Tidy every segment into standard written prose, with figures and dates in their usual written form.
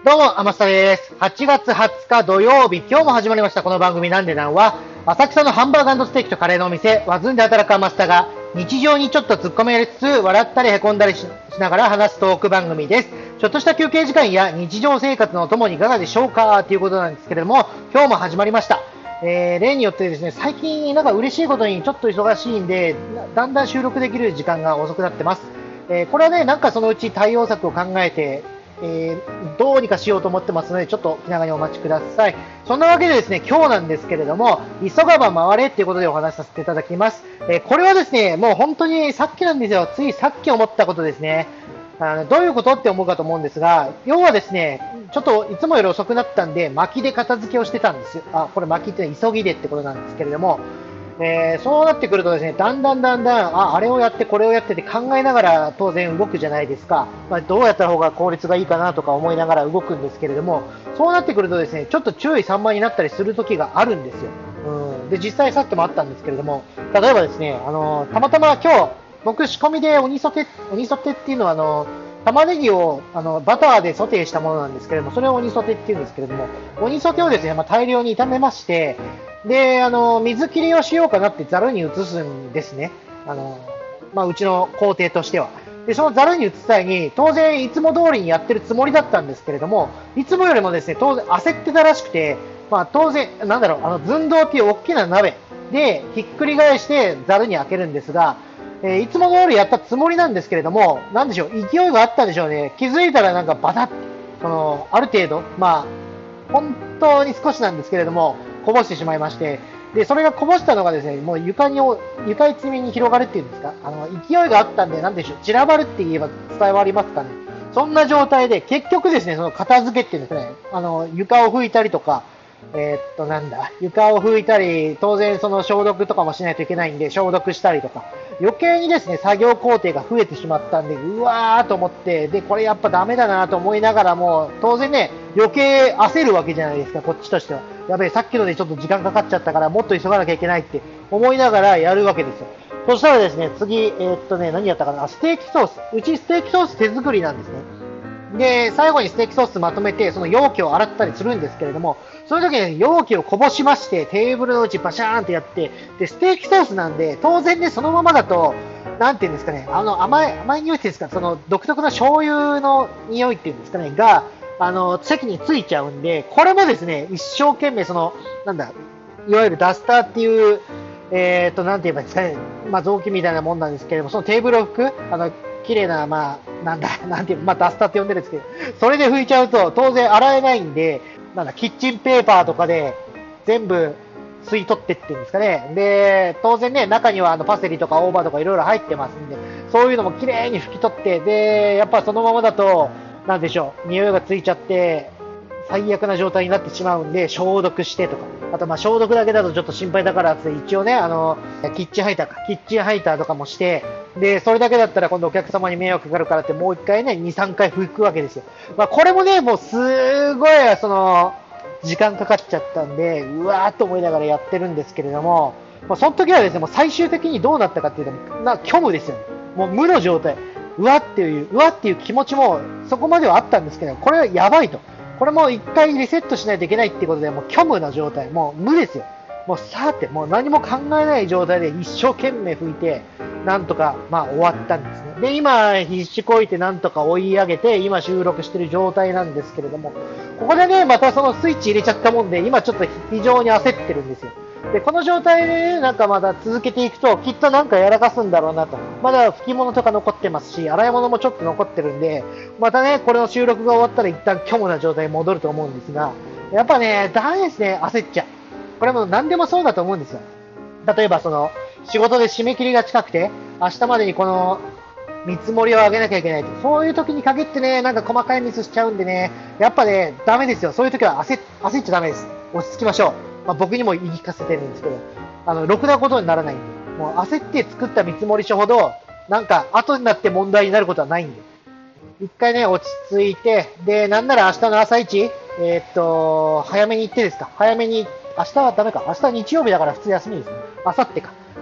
どうも、天下です。8月20日土曜日、今日も始まりましたこの番組なんでなんは、浅草のハンバーガー&ステーキとカレーのお店、ワズンで働く天下が、日常にちょっと突っ込み入れつつ、笑ったり凹んだりしながら話すトーク番組です。ちょっとした休憩時間や日常生活のお供にいかがでしょうかということなんですけれども、今日も始まりました。例によってですね、最近なんか嬉しいことにちょっと忙しいんで、だんだん収録できる時間が遅くなってます。これはね、なんかそのうち対応策を考えて、どうにかしようと思ってますので、ちょっと気長にお待ちください。そんなわけでですね、今日なんですけれども、急がば回れっていうことでお話しさせていただきます。これはですね、もう本当にさっきなんですよ。ついさっき思ったことですね。どういうことって思うかと思うんですが、要はですね、ちょっといつもより遅くなったんで、巻きで片付けをしてたんですよ。これ巻きって急ぎでってことなんですけれども、そうなってくるとですね、だんだんあれをやってこれをやってって考えながら当然動くじゃないですか。どうやった方が効率がいいかなとか思いながら動くんですけれども、そうなってくるとですね、ちょっと注意散漫になったりする時があるんですよ。で、実際さっきもあったんですけれども、例えばですね、たまたま今日、僕仕込みで鬼ソテっていうのは玉ねぎをバターでソテーしたものなんですけれども、それを鬼ソテっていうんですけれども、鬼ソテをですね、大量に炒めまして、で、水切りをしようかなってザルに移すんですね。うちの工程としては。で、そのザルに移す際に、当然いつも通りにやってるつもりだったんですけれども、いつもよりもですね、当然焦ってたらしくて、当然、寸胴っていう大きな鍋でひっくり返してザルに開けるんですが、いつも通りやったつもりなんですけれども、なんでしょう、勢いがあったんでしょうね。気づいたらなんかバタッ、ある程度、本当に少しなんですけれども、こぼしてしまいまして、で、それがこぼしたのがですね、もう床一面に広がるっていうんですか、勢いがあったんで、なんでしょう、散らばるって言えば伝わりますかね。そんな状態で、結局ですね、その片付けっていうんですかね、床を拭いたりとか、床を拭いたり、当然その消毒とかもしないといけないんで、消毒したりとか、余計にですね、作業工程が増えてしまったんで、うわーと思って、で、これやっぱダメだなと思いながらも、当然ね、余計焦るわけじゃないですか、こっちとしては。やべえ、さっきのでちょっと時間かかっちゃったから、もっと急がなきゃいけないって思いながらやるわけですよ。そしたらですね、次、何やったかな、ステーキソース。うちステーキソース手作りなんですね。で、最後にステーキソースまとめて、その容器を洗ったりするんですけれども、その時に容器をこぼしまして、テーブルの内バシャーンってやって、で、ステーキソースなんで、当然ね、そのままだと、なんていうんですかね、甘い匂いっていうんですか、その独特な醤油の匂いっていうんですかね、が、席についちゃうんで、これもですね、一生懸命いわゆるダスターっていう、なんて言えばいいですかね、雑巾みたいなもんなんですけれども、そのテーブルを拭く、綺麗な、ダスターって呼んでるんですけど、それで拭いちゃうと、当然洗えないんで、キッチンペーパーとかで全部吸い取ってっていうんですかね。で、当然ね、中にはパセリとか大葉とかいろいろ入ってますんで、そういうのも綺麗に拭き取って、で、やっぱそのままだと、なんでしょう、匂いがついちゃって、最悪な状態になってしまうんで、消毒してとか。あと、消毒だけだとちょっと心配だからって、一応ね、キッチンハイターとかもして、で、それだけだったら今度お客様に迷惑かかるからってもう一回ね、2、3回拭くわけですよ。これもね、もうすごい、時間かかっちゃったんで、うわーっと思いながらやってるんですけれども、その時はですね、もう最終的にどうなったかっていうと、虚無ですよね。もう無の状態。うわっていう気持ちもそこまではあったんですけど、これはやばいと。これも一回リセットしないといけないってことで、もう虚無な状態。もう無ですよ。もうさーって、もう何も考えない状態で一生懸命拭いて、なんとか、終わったんですね。で、今、必死こいてなんとか追い上げて、今収録してる状態なんですけれども、ここでね、またそのスイッチ入れちゃったもんで、今ちょっと非常に焦ってるんですよ。で、この状態で、まだ続けていくと、きっとなんかやらかすんだろうなと。まだ拭き物とか残ってますし、洗い物もちょっと残ってるんで、またね、これの収録が終わったら一旦虚無な状態に戻ると思うんですが、やっぱね、ダメですね、焦っちゃう。これも何でもそうだと思うんですよ。例えば仕事で締め切りが近くて、明日までにこの、見積もりを上げなきゃいけないと。そういう時に限ってね、なんか細かいミスしちゃうんでね、やっぱね、ダメですよ。そういう時は焦っちゃダメです。落ち着きましょう。僕にも言い聞かせてるんですけど、ろくなことにならないんで、もう焦って作った見積書ほど、なんか後になって問題になることはないんで、一回ね、落ち着いて、で、なんなら明日の朝一、早めに行ってですか、明日はダメか、明日日曜日だから普通休みですね。明後日か。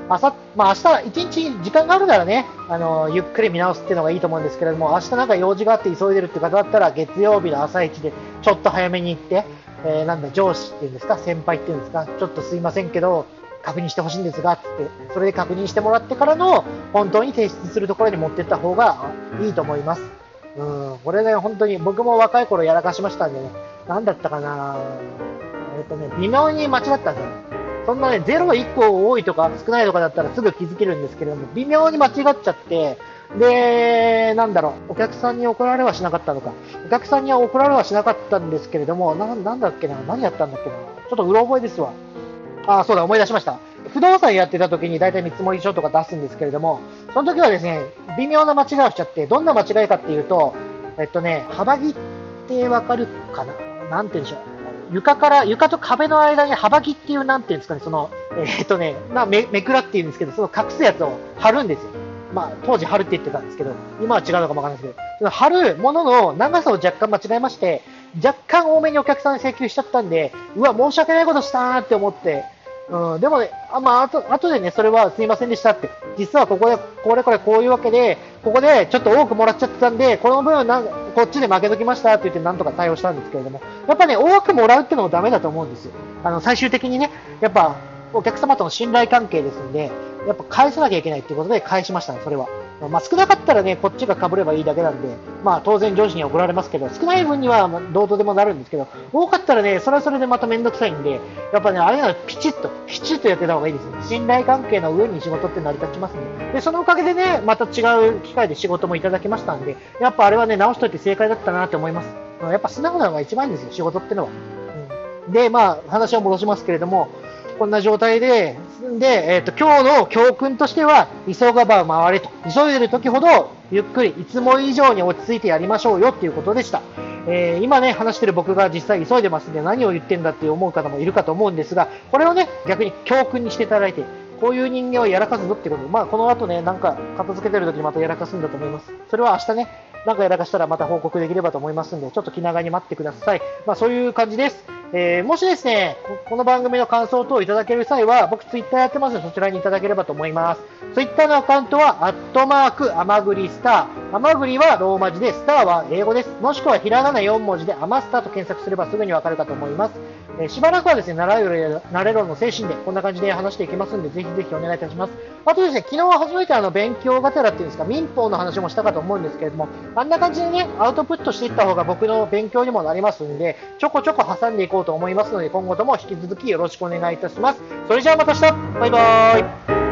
まあ明日一日時間があるならね、ゆっくり見直すっていうのがいいと思うんですけれども、明日なんか用事があって急いでるって方だったら、月曜日の朝一でちょっと早めに行って、上司っていうんですか、先輩っていうんですか、ちょっとすいませんけど、確認してほしいんですが、つって、それで確認してもらってからの、本当に提出するところに持っていった方がいいと思います。これね、本当に僕も若い頃やらかしましたんでね、なんだったかな、微妙に間違ったんですよ。そんなね、0、1個多いとか少ないとかだったらすぐ気づけるんですけれども、微妙に間違っちゃって、で、お客さんに怒られはしなかったのか。お客さんには怒られはしなかったんですけれども、なんだっけな、何やったんだっけな、ちょっとうろ覚えですわ。そうだ、思い出しました。不動産やってた時に大体見積書とか出すんですけれども、その時はですね、微妙な間違いをしちゃって、どんな間違いかっていうと、幅木ってわかるかな、なんて言うんでしょう。床と壁の間に幅木っていう、なんていうんですかね、めくらっていうんですけど、その隠すやつを貼るんですよ。まあ、当時貼るって言ってたんですけど、今は違うのかもわからないですけど、その貼るものの長さを若干間違えまして、若干多めにお客さんに請求しちゃったんで、うわ、申し訳ないことしたなって思って、でもね、後でね、それはすいませんでしたって、実はここで、こういうわけで、ここでちょっと多くもらっちゃってたんで、この分こっちで負けときましたって言ってなんとか対応したんですけれども、やっぱね、多くもらうってのもダメだと思うんですよ。最終的にね、やっぱ、お客様との信頼関係ですんで、やっぱ返さなきゃいけないっていうことで返しましたね、それは。少なかったらね、こっちが被ればいいだけなんで、当然上司には怒られますけど、少ない分にはどうとでもなるんですけど、多かったらね、それはそれでまためんどくさいんで、やっぱね、あれならピチッとやってた方がいいですね。信頼関係の上に仕事って成り立ちますね。で、そのおかげでね、また違う機会で仕事もいただきましたんで、やっぱあれはね、直しといて正解だったなって思います。やっぱ素直なのが一番いいんですよ、仕事ってのは。で、話を戻しますけれども、こんな状態で、今日の教訓としては、急がば回れと。急いでる時ほど、ゆっくり、いつも以上に落ち着いてやりましょうよっていうことでした。今ね、話してる僕が実際急いでますんで、何を言ってんだって思う方もいるかと思うんですが、これをね、逆に教訓にしていただいて、こういう人間はやらかすぞってことで、この後ね、なんか片付けてる時にまたやらかすんだと思います。それは明日ね、なんかやらかしたらまた報告できればと思いますんで、ちょっと気長に待ってください。そういう感じです。もしですね、この番組の感想等をいただける際は、僕ツイッターやってますので、そちらにいただければと思います。ツイッターのアカウントは、アマグリスター。アマグリはローマ字で、スターは英語です。もしくはひらがな4文字で、アマスターと検索すればすぐにわかるかと思います。しばらくはですね、なれろの精神で、こんな感じで話していきますので、ぜひぜひお願いいたします。あとですね、昨日初めて勉強がてらっていうんですか、民法の話もしたかと思うんですけれども、あんな感じでね、アウトプットしていった方が僕の勉強にもなりますんで、ちょこちょこ挟んでいこうと思いますので、今後とも引き続きよろしくお願いいたします。それじゃあまた明日バイバーイ